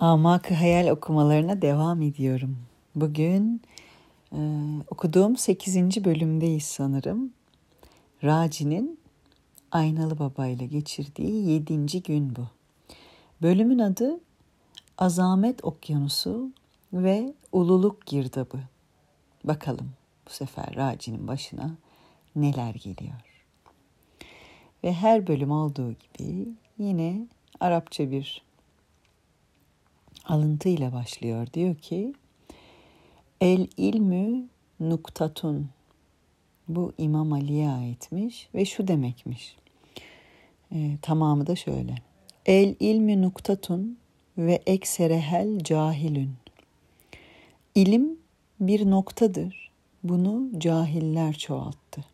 Hamakı Hayal okumalarına devam ediyorum. Bugün okuduğum 8. bölümdeyiz sanırım. Raci'nin Aynalı Baba ile geçirdiği 7. gün bu. Bölümün adı Azamet Okyanusu ve Ululuk Girdabı. Bakalım bu sefer Raci'nin başına neler geliyor. Ve her bölüm olduğu gibi yine Arapça bir alıntıyla başlıyor. Diyor ki, El ilmü nuktatun. Bu İmam Ali'ye aitmiş ve şu demekmiş. Tamamı da şöyle. El ilmü nuktatun ve ekserehel cahilün. İlim bir noktadır. Bunu cahiller çoğalttı.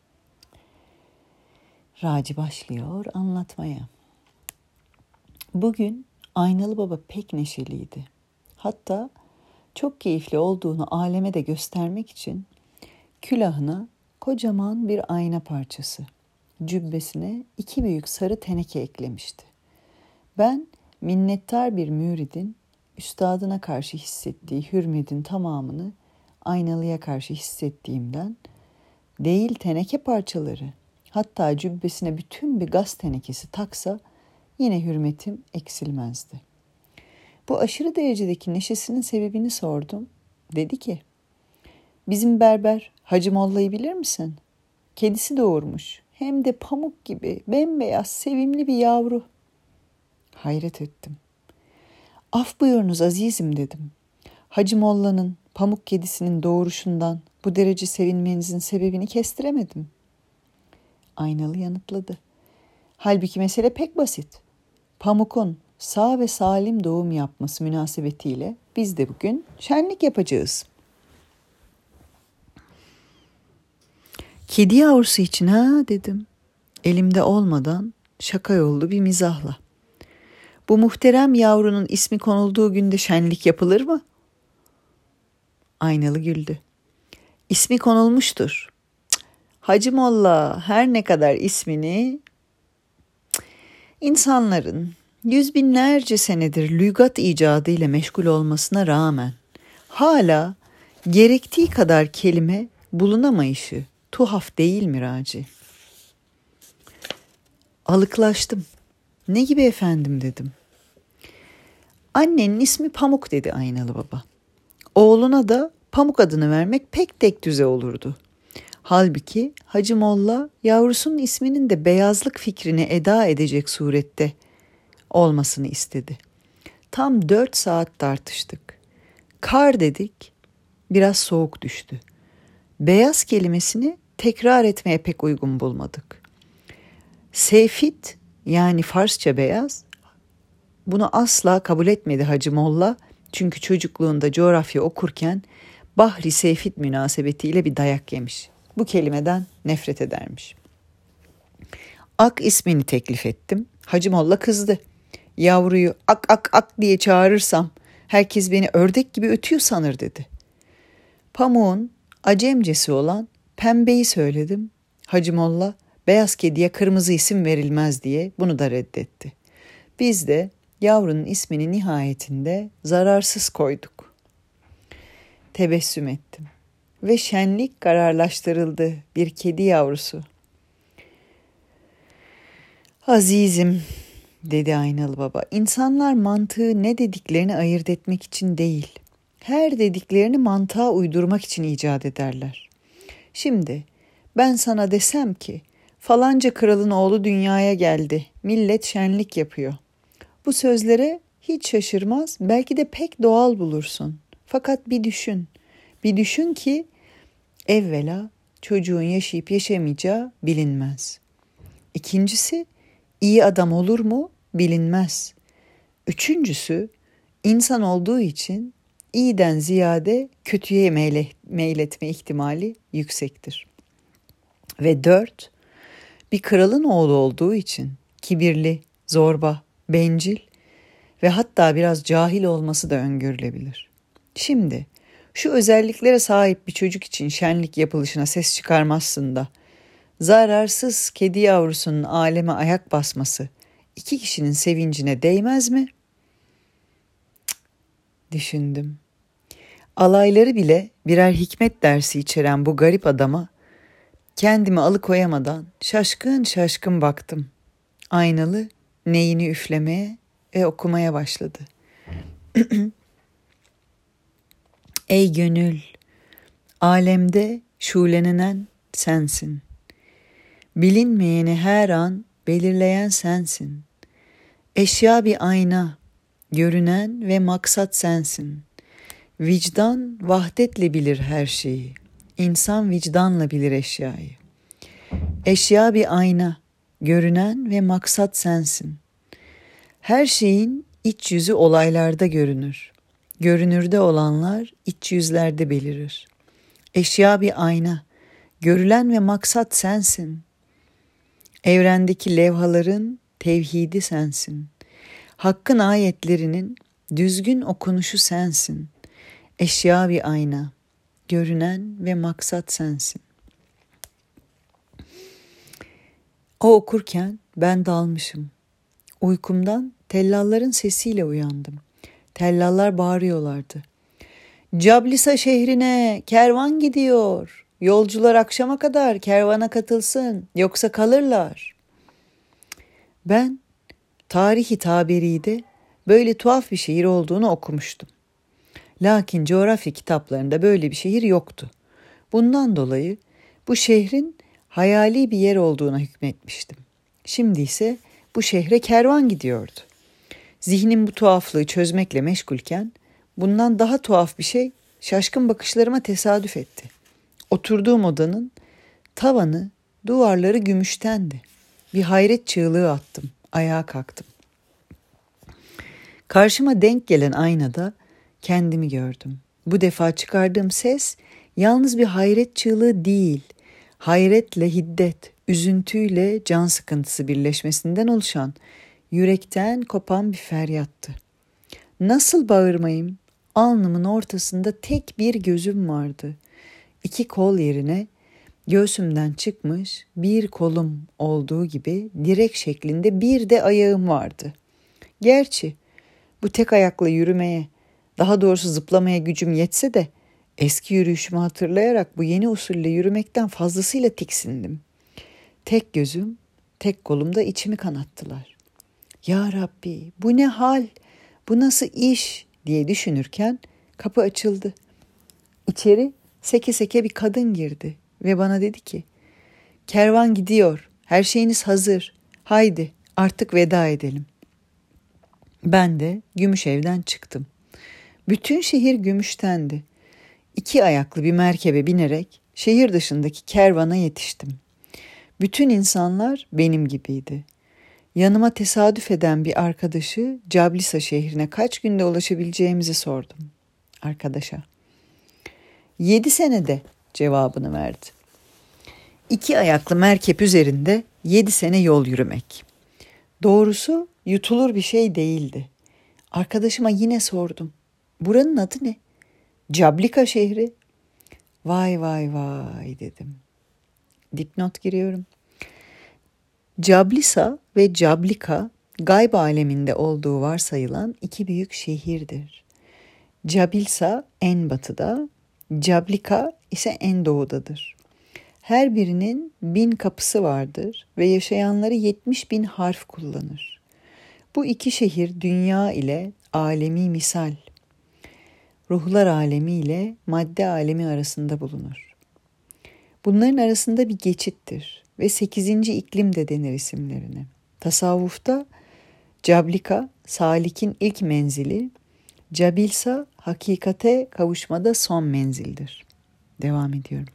Raci başlıyor anlatmaya. Bugün Aynalı Baba pek neşeliydi. Hatta çok keyifli olduğunu aleme de göstermek için külahına kocaman bir ayna parçası, cübbesine 2 büyük sarı teneke eklemişti. Ben minnettar bir müridin üstadına karşı hissettiği hürmetin tamamını Aynalı'ya karşı hissettiğimden değil teneke parçaları, hatta cübbesine bütün bir gaz tenekesi taksa yine hürmetim eksilmezdi. Bu aşırı derecedeki neşesinin sebebini sordum. Dedi ki, bizim berber Hacı Molla'yı bilir misin? Kedisi doğurmuş. Hem de pamuk gibi bembeyaz sevimli bir yavru. Hayret ettim. Af buyurunuz azizim dedim. Hacı Molla'nın pamuk kedisinin doğuruşundan bu derece sevinmenizin sebebini kestiremedim. Aynalı yanıtladı. Halbuki mesele pek basit. Pamuk'un sağ ve salim doğum yapması münasebetiyle biz de bugün şenlik yapacağız. Kedi yavrusu için ha dedim. Elimde olmadan şaka yollu bir mizahla. Bu muhterem yavrunun ismi konulduğu günde şenlik yapılır mı? Aynalı güldü. İsmi konulmuştur. Hacı Molla her ne kadar ismini insanların 100 binlerce senedir lügat icadı ile meşgul olmasına rağmen hala gerektiği kadar kelime bulunamayışı tuhaf değil mi Raci? Alıklaştım. Ne gibi efendim dedim. Annenin ismi Pamuk dedi Aynalı Baba. Oğluna da Pamuk adını vermek pek tekdüze olurdu. Halbuki Hacı Molla yavrusunun isminin de beyazlık fikrini eda edecek surette olmasını istedi. Tam 4 saat tartıştık. Kar dedik, biraz soğuk düştü. Beyaz kelimesini tekrar etmeye pek uygun bulmadık. Seyfit yani Farsça beyaz, bunu asla kabul etmedi Hacı Molla. Çünkü çocukluğunda coğrafya okurken Bahri Seyfit münasebetiyle bir dayak yemiş. Bu kelimeden nefret edermiş. Ak ismini teklif ettim. Hacı Molla kızdı. Yavruyu ak ak ak diye çağırırsam herkes beni ördek gibi ötüyor sanır dedi. Pamuğun Acemcesi olan Pembe'yi söyledim. Hacı Molla beyaz kediye kırmızı isim verilmez diye bunu da reddetti. Biz de yavrunun ismini nihayetinde zararsız koyduk. Tebessüm ettim ve şenlik kararlaştırıldı, bir kedi yavrusu. Azizim dedi Aynalı Baba, İnsanlar mantığı ne dediklerini ayırt etmek için değil, her dediklerini mantığa uydurmak için icat ederler. Şimdi ben sana desem ki falanca kralın oğlu dünyaya geldi, millet şenlik yapıyor. Bu sözlere hiç şaşırmaz, belki de pek doğal bulursun. Fakat bir düşün ki evvela çocuğun yaşayıp yaşamayacağı bilinmez. İkincisi, iyi adam olur mu bilinmez. Üçüncüsü, insan olduğu için iyiden ziyade kötüye meyletme ihtimali yüksektir. Ve 4, bir kralın oğlu olduğu için kibirli, zorba, bencil ve hatta biraz cahil olması da öngörülebilir. Şimdi şu özelliklere sahip bir çocuk için şenlik yapılışına ses çıkarmazsın da zararsız kedi yavrusunun aleme ayak basması 2 kişinin sevincine değmez mi? düşündüm. Alayları bile birer hikmet dersi içeren bu garip adama kendimi alıkoyamadan şaşkın şaşkın baktım. Aynalı neyini üflemeye ve okumaya başladı. Ey gönül, alemde şulelenen sensin. Bilinmeyeni her an belirleyen sensin. Eşya bir ayna, görünen ve maksat sensin. Vicdan vahdetle bilir her şeyi. İnsan vicdanla bilir eşyayı. Eşya bir ayna, görünen ve maksat sensin. Her şeyin iç yüzü olaylarda görünür. Görünürde olanlar iç yüzlerde belirir. Eşya bir ayna, görülen ve maksat sensin. Evrendeki levhaların tevhidi sensin. Hakkın ayetlerinin düzgün okunuşu sensin. Eşya bir ayna, görünen ve maksat sensin. O okurken ben dalmışım. Uykumdan tellalların sesiyle uyandım. Tellallar bağırıyorlardı. Cablisa şehrine kervan gidiyor. Yolcular akşama kadar kervana katılsın, yoksa kalırlar. Ben Tarih-i Taberi'de böyle tuhaf bir şehir olduğunu okumuştum. Lakin coğrafya kitaplarında böyle bir şehir yoktu. Bundan dolayı bu şehrin hayali bir yer olduğuna hükmetmiştim. Şimdi ise bu şehre kervan gidiyordu. Zihnim bu tuhaflığı çözmekle meşgulken bundan daha tuhaf bir şey şaşkın bakışlarıma tesadüf etti. Oturduğum odanın tavanı, duvarları gümüştendi. Bir hayret çığlığı attım, ayağa kalktım. Karşıma denk gelen aynada kendimi gördüm. Bu defa çıkardığım ses yalnız bir hayret çığlığı değil, hayretle hiddet, üzüntüyle can sıkıntısı birleşmesinden oluşan, yürekten kopan bir feryattı. Nasıl bağırmayayım? Alnımın ortasında tek bir gözüm vardı. 2 kol yerine göğsümden çıkmış bir kolum olduğu gibi direk şeklinde bir de ayağım vardı. Gerçi bu tek ayakla yürümeye, daha doğrusu zıplamaya gücüm yetse de eski yürüyüşümü hatırlayarak bu yeni usulle yürümekten fazlasıyla tiksindim. Tek gözüm, tek kolumda içimi kanattılar. Ya Rabbi, bu ne hal, bu nasıl iş diye düşünürken kapı açıldı. İçeri seke seke bir kadın girdi ve bana dedi ki, kervan gidiyor, her şeyiniz hazır, haydi artık veda edelim. Ben de Gümüşev'den çıktım. Bütün şehir gümüştendi. 2 ayaklı bir merkebe binerek şehir dışındaki kervana yetiştim. Bütün insanlar benim gibiydi. Yanıma tesadüf eden bir arkadaşı Cablisa şehrine kaç günde ulaşabileceğimizi sordum. Arkadaşa. 7 senede cevabını verdi. 2 ayaklı merkep üzerinde 7 sene yol yürümek. Doğrusu yutulur bir şey değildi. Arkadaşıma yine sordum. Buranın adı ne? Cablika şehri. Vay vay vay dedim. Dipnot giriyorum. Cablisa ve Cablika gayb aleminde olduğu varsayılan 2 büyük şehirdir. Cabilsa en batıda, Cablika ise en doğudadır. Her birinin 1000 kapısı vardır ve yaşayanları 70.000 harf kullanır. Bu 2 şehir dünya ile alemi misal, ruhlar alemi ile madde alemi arasında bulunur. Bunların arasında bir geçittir ve 8. iklim de denir isimlerine. Tasavvufta Cablika, salikin ilk menzili, Cabilsa, hakikate kavuşmada son menzildir. Devam ediyorum.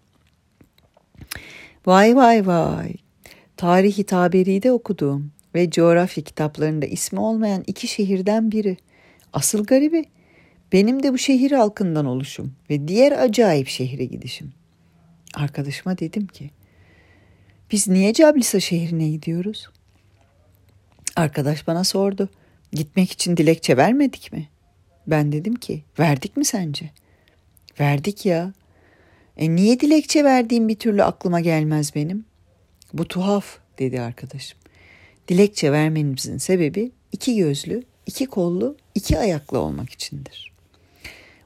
Vay vay vay, Tarih-i Taberi'de okuduğum ve coğrafya kitaplarında ismi olmayan 2 şehirden biri. Asıl garibi, benim de bu şehir halkından oluşum ve diğer acayip şehre gidişim. Arkadaşıma dedim ki, biz niye Cablisa şehrine gidiyoruz? Arkadaş bana sordu, gitmek için dilekçe vermedik mi? Ben dedim ki, verdik mi sence? Verdik ya. Niye dilekçe verdiğim bir türlü aklıma gelmez benim? Bu tuhaf dedi arkadaşım. Dilekçe vermenizin sebebi 2 gözlü, 2 kollu, 2 ayaklı olmak içindir.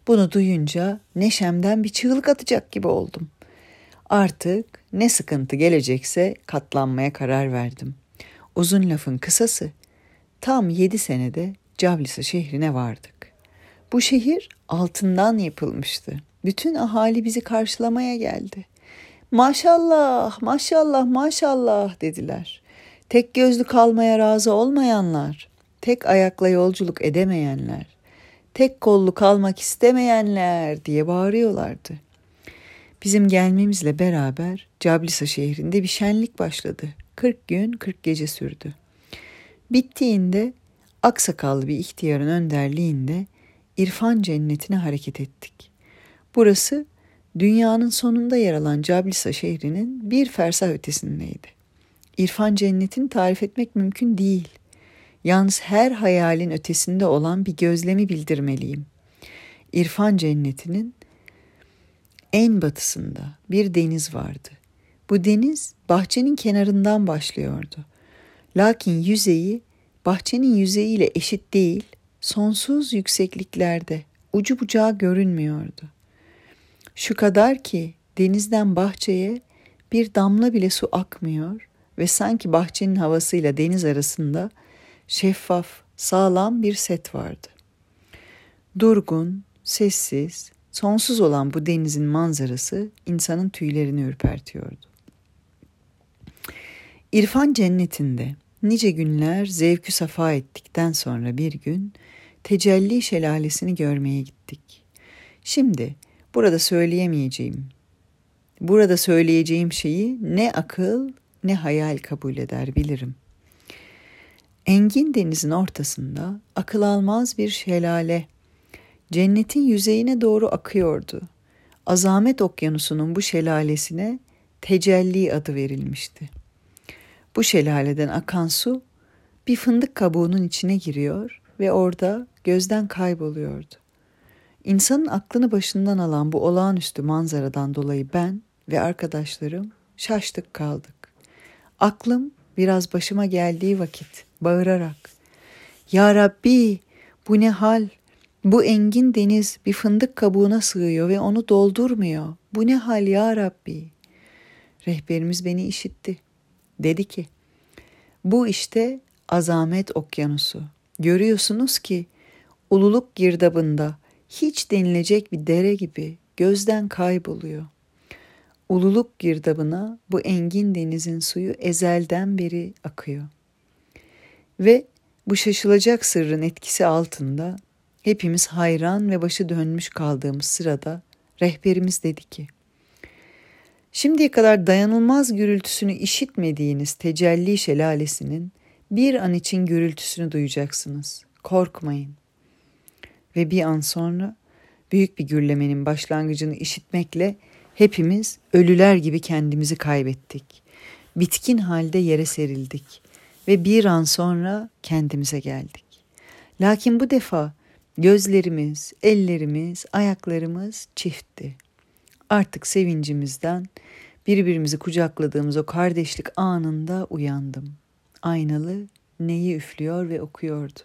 Bunu duyunca neşemden bir çığlık atacak gibi oldum. Artık ne sıkıntı gelecekse katlanmaya karar verdim. Uzun lafın kısası, tam 7 senede Cablisa şehrine vardık. Bu şehir altından yapılmıştı. Bütün ahali bizi karşılamaya geldi. Maşallah, maşallah, maşallah dediler. Tek gözlü kalmaya razı olmayanlar, tek ayakla yolculuk edemeyenler, tek kollu kalmak istemeyenler diye bağırıyorlardı. Bizim gelmemizle beraber Cablisa şehrinde bir şenlik başladı. 40 gün 40 gece sürdü. Bittiğinde aksakallı bir ihtiyarın önderliğinde İrfan cennetine hareket ettik. Burası dünyanın sonunda yer alan Cablisa şehrinin bir fersah ötesindeydi. İrfan cennetini tarif etmek mümkün değil. Yalnız her hayalin ötesinde olan bir gözlemi bildirmeliyim. İrfan cennetinin en batısında bir deniz vardı. Bu deniz bahçenin kenarından başlıyordu. Lakin yüzeyi bahçenin yüzeyiyle eşit değil, sonsuz yüksekliklerde, ucu bucağı görünmüyordu. Şu kadar ki denizden bahçeye bir damla bile su akmıyor ve sanki bahçenin havasıyla deniz arasında şeffaf, sağlam bir set vardı. Durgun, sessiz, sonsuz olan bu denizin manzarası insanın tüylerini ürpertiyordu. İrfan cennetinde nice günler zevkü safa ettikten sonra bir gün tecelli şelalesini görmeye gittik. Şimdi burada söyleyeceğim şeyi ne akıl ne hayal kabul eder bilirim. Engin denizin ortasında akıl almaz bir şelale cennetin yüzeyine doğru akıyordu. Azamet okyanusunun bu şelalesine tecelli adı verilmişti. Bu şelaleden akan su bir fındık kabuğunun içine giriyor ve orada gözden kayboluyordu. İnsanın aklını başından alan bu olağanüstü manzaradan dolayı ben ve arkadaşlarım şaştık kaldık. Aklım biraz başıma geldiği vakit bağırarak, "Ya Rabbi, bu ne hal? Bu engin deniz bir fındık kabuğuna sığıyor ve onu doldurmuyor. Bu ne hal ya Rabbi?" Rehberimiz beni işitti. Dedi ki, "Bu işte azamet okyanusu. Görüyorsunuz ki ululuk girdabında hiç denilecek bir dere gibi gözden kayboluyor. Ululuk girdabına bu engin denizin suyu ezelden beri akıyor. Ve bu şaşılacak sırrın etkisi altında hepimiz hayran ve başı dönmüş kaldığımız sırada rehberimiz dedi ki, şimdiye kadar dayanılmaz gürültüsünü işitmediğiniz tecelli şelalesinin bir an için gürültüsünü duyacaksınız. Korkmayın." Ve bir an sonra büyük bir gürlemenin başlangıcını işitmekle hepimiz ölüler gibi kendimizi kaybettik. Bitkin halde yere serildik ve bir an sonra kendimize geldik. Lakin bu defa gözlerimiz, ellerimiz, ayaklarımız çiftti. Artık sevincimizden birbirimizi kucakladığımız o kardeşlik anında uyandım. Aynalı neyi üflüyor ve okuyordu.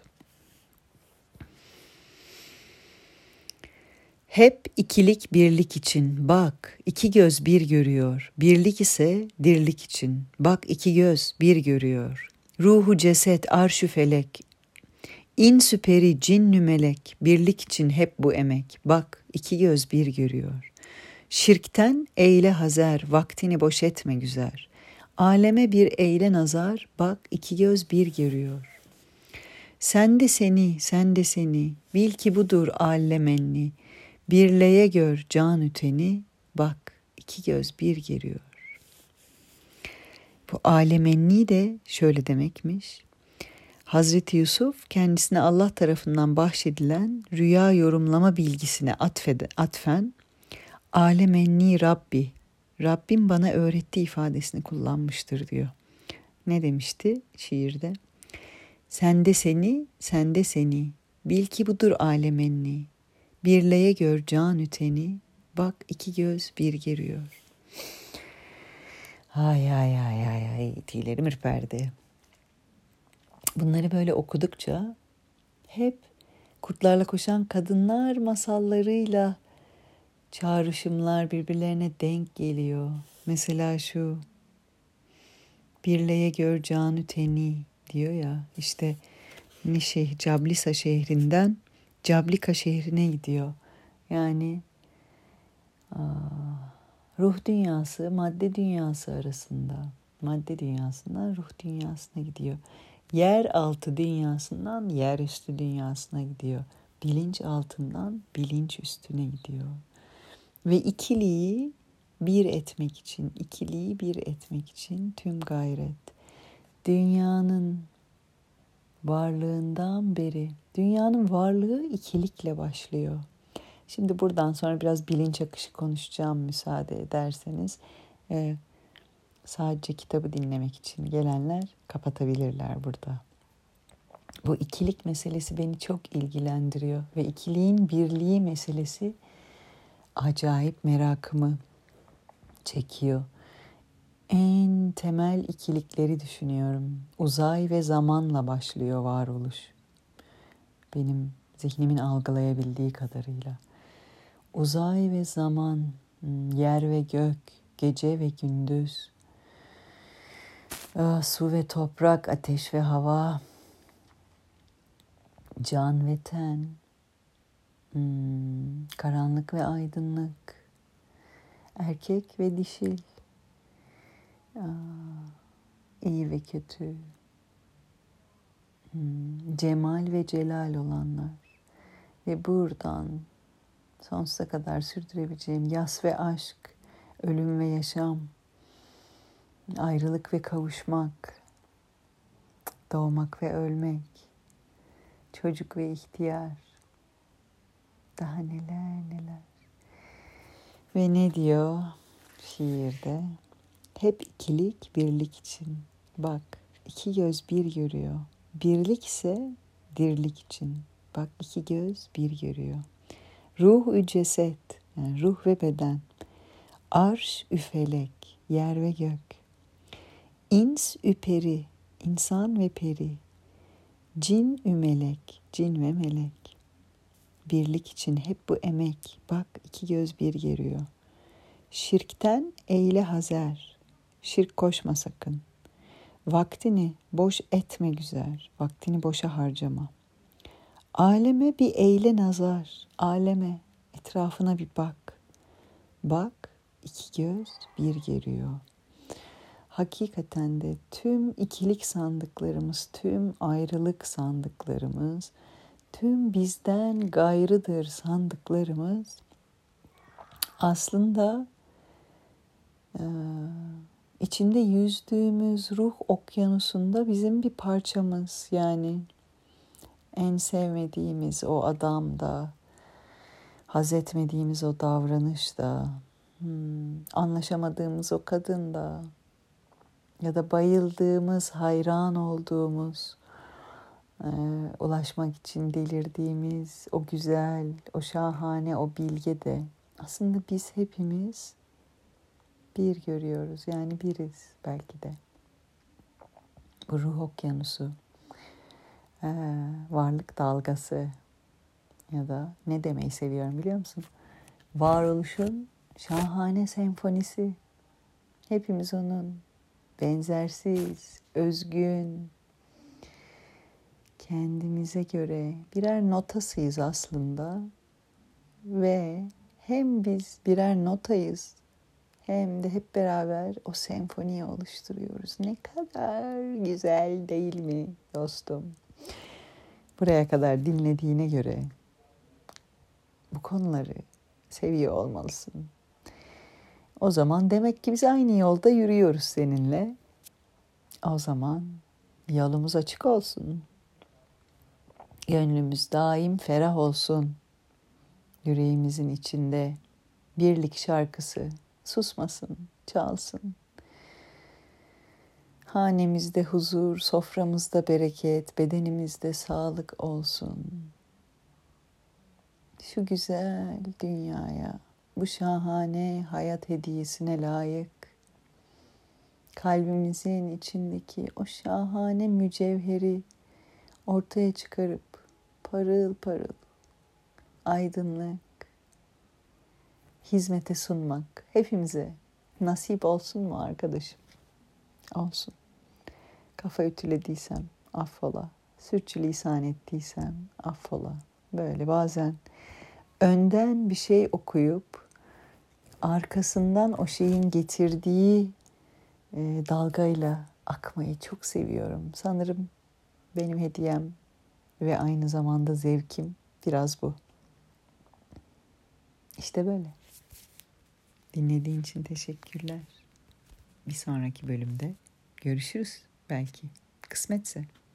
Hep ikilik birlik için bak, iki göz bir görüyor. Birlik ise dirlik için bak, iki göz bir görüyor. Ruhu ceset arşu felek, İnsü peri cinnü melek, birlik için hep bu emek. Bak, iki göz bir görüyor. Şirkten eyle hazer, vaktini boş etme güzer. Aleme bir eyle nazar, bak iki göz bir görüyor. Sen de seni, bil ki budur alemenni. Birleye gör can üteni, bak iki göz bir görüyor. Bu alemenni de şöyle demekmiş. Hazreti Yusuf kendisine Allah tarafından bahşedilen rüya yorumlama bilgisine atfen alemenni Rabbi, Rabbim bana öğretti ifadesini kullanmıştır diyor. Ne demişti şiirde? Sen de seni, bil ki budur alemenni. Birleye gör can üteni, bak iki göz bir görüyor. Ay, tüylerim ürperdi. Bunları böyle okudukça hep Kurtlarla Koşan Kadınlar masallarıyla çağrışımlar birbirlerine denk geliyor. Mesela şu birleye gör canü teni diyor ya, işte Cablisa şehrinden Cablika şehrine gidiyor. Yani ruh dünyası, madde dünyası arasında. Madde dünyasından ruh dünyasına gidiyor. Yer altı dünyasından yer üstü dünyasına gidiyor. Bilinç altından bilinç üstüne gidiyor. Ve ikiliği bir etmek için tüm gayret. Dünyanın varlığından beri, dünyanın varlığı ikilikle başlıyor. Şimdi buradan sonra biraz bilinç akışı konuşacağım, müsaade ederseniz. Sadece kitabı dinlemek için gelenler kapatabilirler burada. Bu ikilik meselesi beni çok ilgilendiriyor ve ikiliğin birliği meselesi acayip merakımı çekiyor. En temel ikilikleri düşünüyorum. Uzay ve zamanla başlıyor varoluş. Benim zihnimin algılayabildiği kadarıyla. Uzay ve zaman, yer ve gök, gece ve gündüz, su ve toprak, ateş ve hava, can ve ten, karanlık ve aydınlık, erkek ve dişil, iyi ve kötü, cemal ve celal olanlar ve buradan sonsuza kadar sürdürebileceğim yas ve aşk, ölüm ve yaşam, ayrılık ve kavuşmak, doğmak ve ölmek, çocuk ve ihtiyar, daha neler. Ve ne diyor şiirde? Hep ikilik birlik için. Bak, iki göz bir görüyor. Birlik ise dirlik için. Bak, iki göz bir görüyor. Ruh ü ceset, yani ruh ve beden. Arş ü felek, yer ve gök. İns ü peri, insan ve peri. Cin ü melek, cin ve melek. Birlik için hep bu emek. Bak, iki göz bir görüyor. Şirkten eyle hazer. Şirk koşma sakın. Vaktini boş etme güzel. Vaktini boşa harcama. Aleme bir eyle nazar. Aleme, etrafına bir bak. Bak, iki göz bir görüyor. Hakikaten de tüm ikilik sandıklarımız, tüm ayrılık sandıklarımız, tüm bizden gayrıdır sandıklarımız aslında içinde yüzdüğümüz ruh okyanusunda bizim bir parçamız. Yani en sevmediğimiz o adam da, haz etmediğimiz o davranış da, anlaşamadığımız o kadın da, ya da bayıldığımız, hayran olduğumuz, ulaşmak için delirdiğimiz o güzel, o şahane, o bilge de aslında biz hepimiz bir görüyoruz. Yani biriz belki de. Bu ruh okyanusu, varlık dalgası ya da ne demeyi seviyorum biliyor musun? Varoluşun şahane senfonisi. Hepimiz onun benzersiz, özgün, kendimize göre birer notasıyız aslında. Ve hem biz birer notayız hem de hep beraber o senfoniyi oluşturuyoruz. Ne kadar güzel değil mi dostum? Buraya kadar dinlediğine göre bu konuları seviyor olmalısın. O zaman demek ki biz aynı yolda yürüyoruz seninle. O zaman yolumuz açık olsun. Gönlümüz daim ferah olsun. Yüreğimizin içinde birlik şarkısı susmasın, çalsın. Hanemizde huzur, soframızda bereket, bedenimizde sağlık olsun. Şu güzel dünyaya, bu şahane hayat hediyesine layık, kalbimizin içindeki o şahane mücevheri ortaya çıkarıp parıl parıl aydınlık, hizmete sunmak hepimize nasip olsun mu arkadaşım? Olsun. Kafa ütülediysem affola, sürçülisan ettiysem affola. Böyle bazen önden bir şey okuyup arkasından o şeyin getirdiği dalgayla akmayı çok seviyorum. Sanırım benim hediyem ve aynı zamanda zevkim biraz bu. İşte böyle. Dinlediğin için teşekkürler. Bir sonraki bölümde görüşürüz belki. Kısmetse.